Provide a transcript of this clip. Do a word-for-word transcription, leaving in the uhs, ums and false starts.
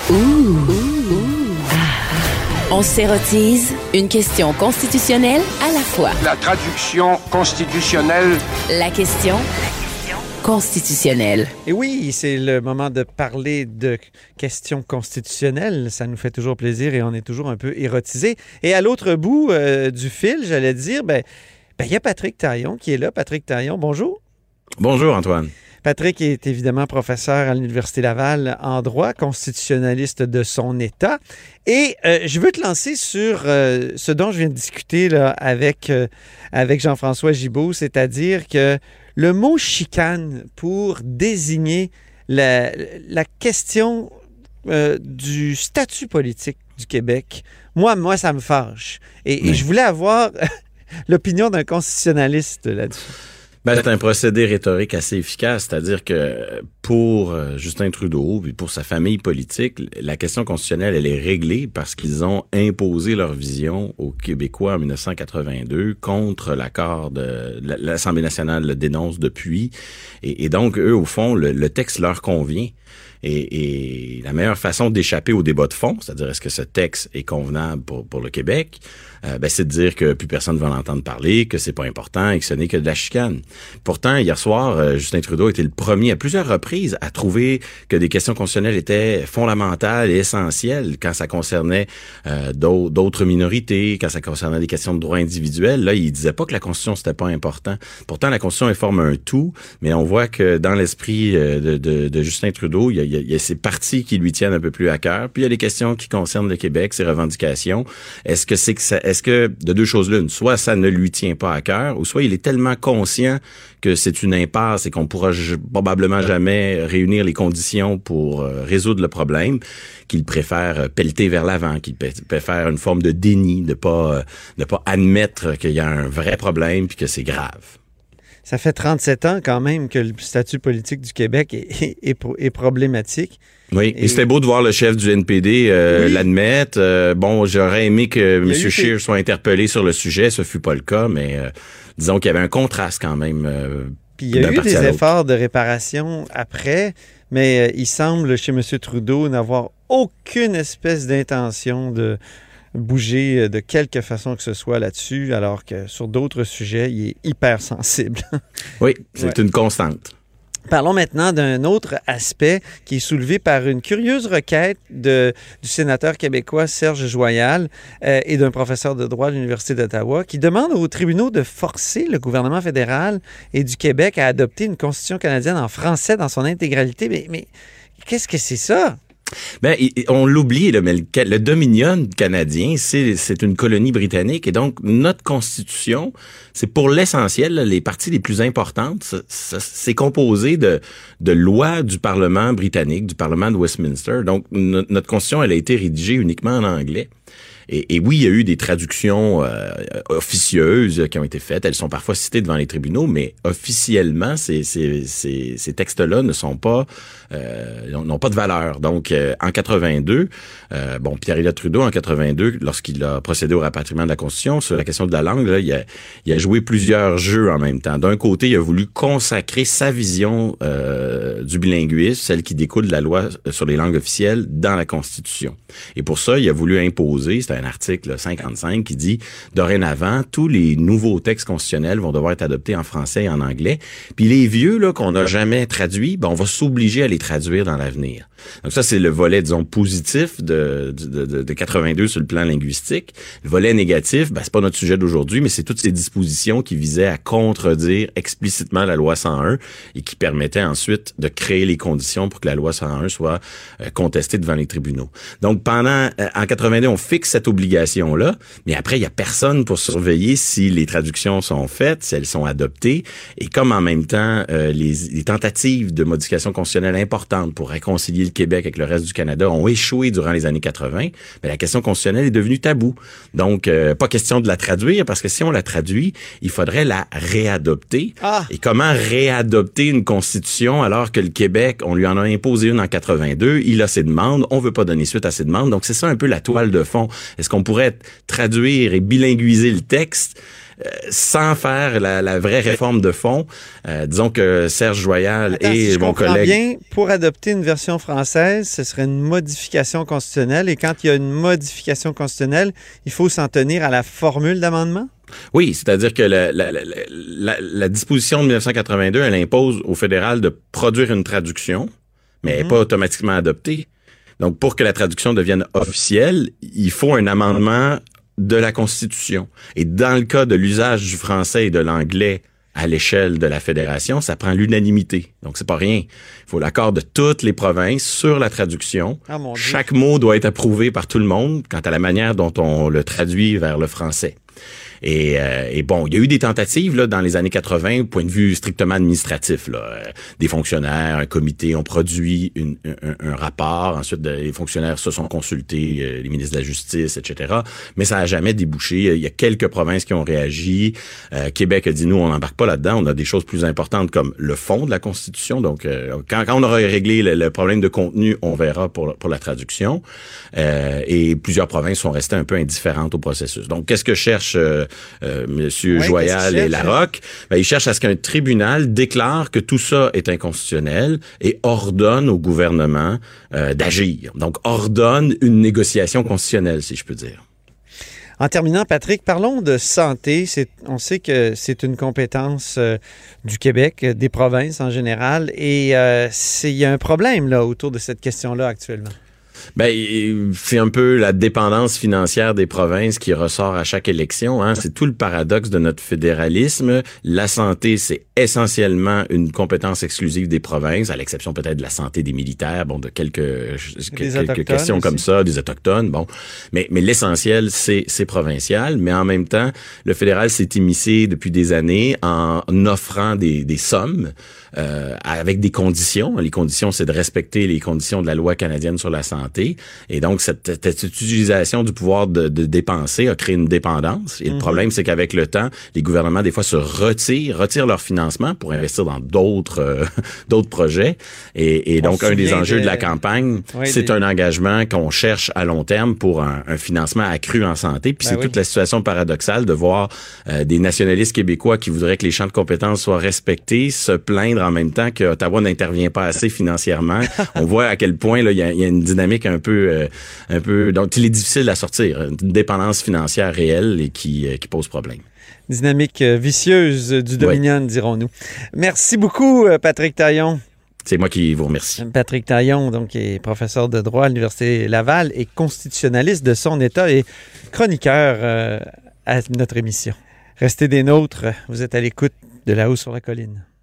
Ouh. Ouh. Ah. On s'érotise une question constitutionnelle à la fois. La traduction constitutionnelle. La question constitutionnelle. Et oui, c'est le moment de parler de questions constitutionnelles. Ça nous fait toujours plaisir et on est toujours un peu érotisé. Et à l'autre bout euh, du fil, j'allais dire, ben, ben, y a Patrick Taillon qui est là. Patrick Taillon, bonjour. Bonjour, Antoine. Patrick est évidemment professeur à l'Université Laval en droit, constitutionnaliste de son État. Et euh, je veux te lancer sur euh, ce dont je viens de discuter là, avec, euh, avec Jean-François Gibault, c'est-à-dire que le mot chicane pour désigner la, la question euh, du statut politique du Québec, moi, moi ça me fâche. Et, oui. et je voulais avoir l'opinion d'un constitutionnaliste là-dessus. Ben, c'est un procédé rhétorique assez efficace, c'est-à-dire que pour euh, Justin Trudeau et pour sa famille politique, la question constitutionnelle, elle est réglée parce qu'ils ont imposé leur vision aux Québécois en dix-neuf cent quatre-vingt-deux contre l'accord de l'Assemblée nationale le dénonce depuis. Et, et donc, eux, au fond, le, le texte leur convient. Et, et la meilleure façon d'échapper au débat de fond, c'est-à-dire est-ce que ce texte est convenable pour, pour le Québec, euh, ben, c'est de dire que plus personne ne va l'entendre parler, que c'est pas important et que ce n'est que de la chicane. Pourtant, hier soir, euh, Justin Trudeau était le premier à plusieurs reprises à trouver que des questions constitutionnelles étaient fondamentales et essentielles quand ça concernait euh, d'autres minorités, quand ça concernait des questions de droits individuels. Là, il disait pas que la Constitution, c'était pas important. Pourtant, la Constitution, elle forme un tout, mais on voit que dans l'esprit de, de, de Justin Trudeau, il y a Il y a ces parties qui lui tiennent un peu plus à cœur. Puis il y a les questions qui concernent le Québec, ses revendications. Est-ce que c'est que ça, est-ce que de deux choses l'une, soit ça ne lui tient pas à cœur, ou soit il est tellement conscient que c'est une impasse et qu'on pourra j- probablement jamais réunir les conditions pour euh, résoudre le problème, qu'il préfère pelleter vers l'avant, qu'il préfère une forme de déni, de pas euh, de pas admettre qu'il y a un vrai problème puis que c'est grave. Ça fait trente-sept ans quand même que le statut politique du Québec est, est, est, est problématique. Oui, et, et c'était beau de voir le chef du N P D euh, oui. l'admettre. Euh, bon, j'aurais aimé que M. Scheer soit interpellé sur le sujet, ce fut pas le cas, mais euh, disons qu'il y avait un contraste quand même. Euh, Puis il y a eu des efforts de réparation après, mais euh, il semble chez M. Trudeau n'avoir aucune espèce d'intention de bouger de quelque façon que ce soit là-dessus, alors que sur d'autres sujets, il est hyper sensible. Oui, c'est ouais. une constante. Parlons maintenant d'un autre aspect qui est soulevé par une curieuse requête de, du sénateur québécois Serge Joyal euh, et d'un professeur de droit à l'Université d'Ottawa qui demande aux tribunaux de forcer le gouvernement fédéral et du Québec à adopter une constitution canadienne en français dans son intégralité. Mais, mais qu'est-ce que c'est ça? Ben, on l'oublie, là, mais le, le Dominion canadien, c'est, c'est une colonie britannique et donc notre constitution, c'est pour l'essentiel, là, les parties les plus importantes, ça, ça, c'est composé de, de lois du Parlement britannique, du Parlement de Westminster. Donc no, notre constitution, elle a été rédigée uniquement en anglais. Et, et oui, il y a eu des traductions euh, officieuses qui ont été faites. Elles sont parfois citées devant les tribunaux, mais officiellement, ces, ces, ces, ces textes-là ne sont pas, euh, n'ont pas de valeur. Donc, euh, en quatre-vingt-deux, euh, bon, Pierre-Éliott Trudeau, en quatre-vingt-deux, lorsqu'il a procédé au rapatriement de la Constitution, sur la question de la langue, là, il a, il a joué plusieurs jeux en même temps. D'un côté, il a voulu consacrer sa vision euh, du bilinguisme, celle qui découle de la loi sur les langues officielles, dans la Constitution. Et pour ça, il a voulu imposer, c'est un article cinquante-cinq qui dit « Dorénavant, tous les nouveaux textes constitutionnels vont devoir être adoptés en français et en anglais. Puis les vieux là qu'on n'a jamais traduits, ben, on va s'obliger à les traduire dans l'avenir. » Donc ça, c'est le volet, disons, positif de, de, de, de quatre-vingt-deux sur le plan linguistique. Le volet négatif, ben, c'est pas notre sujet d'aujourd'hui, mais c'est toutes ces dispositions qui visaient à contredire explicitement la loi cent un et qui permettaient ensuite de créer les conditions pour que la loi cent un soit euh, contestée devant les tribunaux. Donc pendant, euh, en quatre-vingt-deux, on fixe cette obligation-là, mais après, il y a personne pour surveiller si les traductions sont faites, si elles sont adoptées, et comme en même temps, euh, les, les tentatives de modification constitutionnelle importantes pour réconcilier le Québec avec le reste du Canada ont échoué durant les années quatre-vingt, mais la question constitutionnelle est devenue tabou. Donc, euh, pas question de la traduire, parce que si on la traduit, il faudrait la réadopter. Ah. Et comment réadopter une constitution alors que le Québec, on lui en a imposé une en quatre-vingt-deux, il a ses demandes, on veut pas donner suite à ses demandes, donc c'est ça un peu la toile de fond. Est-ce qu'on pourrait traduire et bilinguiser le texte euh, sans faire la, la vraie réforme de fond. Euh, disons que Serge Joyal Attends, et si je mon comprends collègue... bien, pour adopter une version française, ce serait une modification constitutionnelle. Et quand il y a une modification constitutionnelle, il faut s'en tenir à la formule d'amendement? Oui, c'est-à-dire que la, la, la, la, la disposition de dix-neuf cent quatre-vingt-deux, elle impose au fédéral de produire une traduction, mais elle n'est pas automatiquement adoptée. Donc, pour que la traduction devienne officielle, il faut un amendement de la Constitution. Et dans le cas de l'usage du français et de l'anglais à l'échelle de la fédération, ça prend l'unanimité. Donc, c'est pas rien. Il faut l'accord de toutes les provinces sur la traduction. Ah, mon Dieu. Chaque mot doit être approuvé par tout le monde quant à la manière dont on le traduit vers le français. Et, euh, et bon, il y a eu des tentatives là dans les années quatre-vingt, au point de vue strictement administratif. Là, euh, des fonctionnaires, un comité ont produit une, un, un rapport. Ensuite, les fonctionnaires se sont consultés, euh, les ministres de la Justice, et cetera. Mais ça n'a jamais débouché. Il y a quelques provinces qui ont réagi. Euh, Québec a dit, nous, on n'embarque pas là-dedans. On a des choses plus importantes comme le fond de la Constitution. Donc, euh, quand, quand on aura réglé le, le problème de contenu, on verra pour, pour la traduction. Euh, et plusieurs provinces sont restées un peu indifférentes au processus. Donc, qu'est-ce que cherche euh, euh, Monsieur ouais, Joyal et Larocque? Ben, ils cherchent à ce qu'un tribunal déclare que tout ça est inconstitutionnel et ordonne au gouvernement euh, d'agir. Donc, ordonne une négociation constitutionnelle, si je peux dire. En terminant, Patrick, parlons de santé. C'est, on sait que c'est une compétence euh, du Québec, des provinces en général, et euh, c'est, il y a un problème là autour de cette question-là actuellement. Ben, c'est un peu la dépendance financière des provinces qui ressort à chaque élection. Hein. C'est tout le paradoxe de notre fédéralisme. La santé, c'est essentiellement une compétence exclusive des provinces, à l'exception peut-être de la santé des militaires, bon, de quelques, quelques questions aussi comme ça, des Autochtones, bon. Mais, mais l'essentiel, c'est, c'est provincial. Mais en même temps, le fédéral s'est immiscé depuis des années en offrant des, des sommes euh, avec des conditions. Les conditions, c'est de respecter les conditions de la loi canadienne sur la santé. Et donc, cette, cette utilisation du pouvoir de, de dépenser a créé une dépendance. Et mm-hmm. le problème, c'est qu'avec le temps, les gouvernements, des fois, se retirent, retirent leur financement pour investir dans d'autres euh, d'autres projets. Et, et donc, un des enjeux de, de la campagne, oui, c'est des... un engagement qu'on cherche à long terme pour un, un financement accru en santé. Puis ben c'est oui. toute la situation paradoxale de voir euh, des nationalistes québécois qui voudraient que les champs de compétences soient respectés, se plaindre en même temps que Ottawa n'intervient pas assez financièrement. On voit à quel point là il y a, y a une dynamique un peu euh, un peu donc il est difficile à sortir, une dépendance financière réelle et qui euh, qui pose problème. Dynamique vicieuse du Dominion, oui. dirons-nous. Merci beaucoup, Patrick Taillon. C'est moi qui vous remercie. Patrick Taillon, donc, qui est professeur de droit à l'Université Laval et constitutionnaliste de son État et chroniqueur euh, à notre émission. Restez des nôtres, vous êtes à l'écoute de Là-haut sur la colline.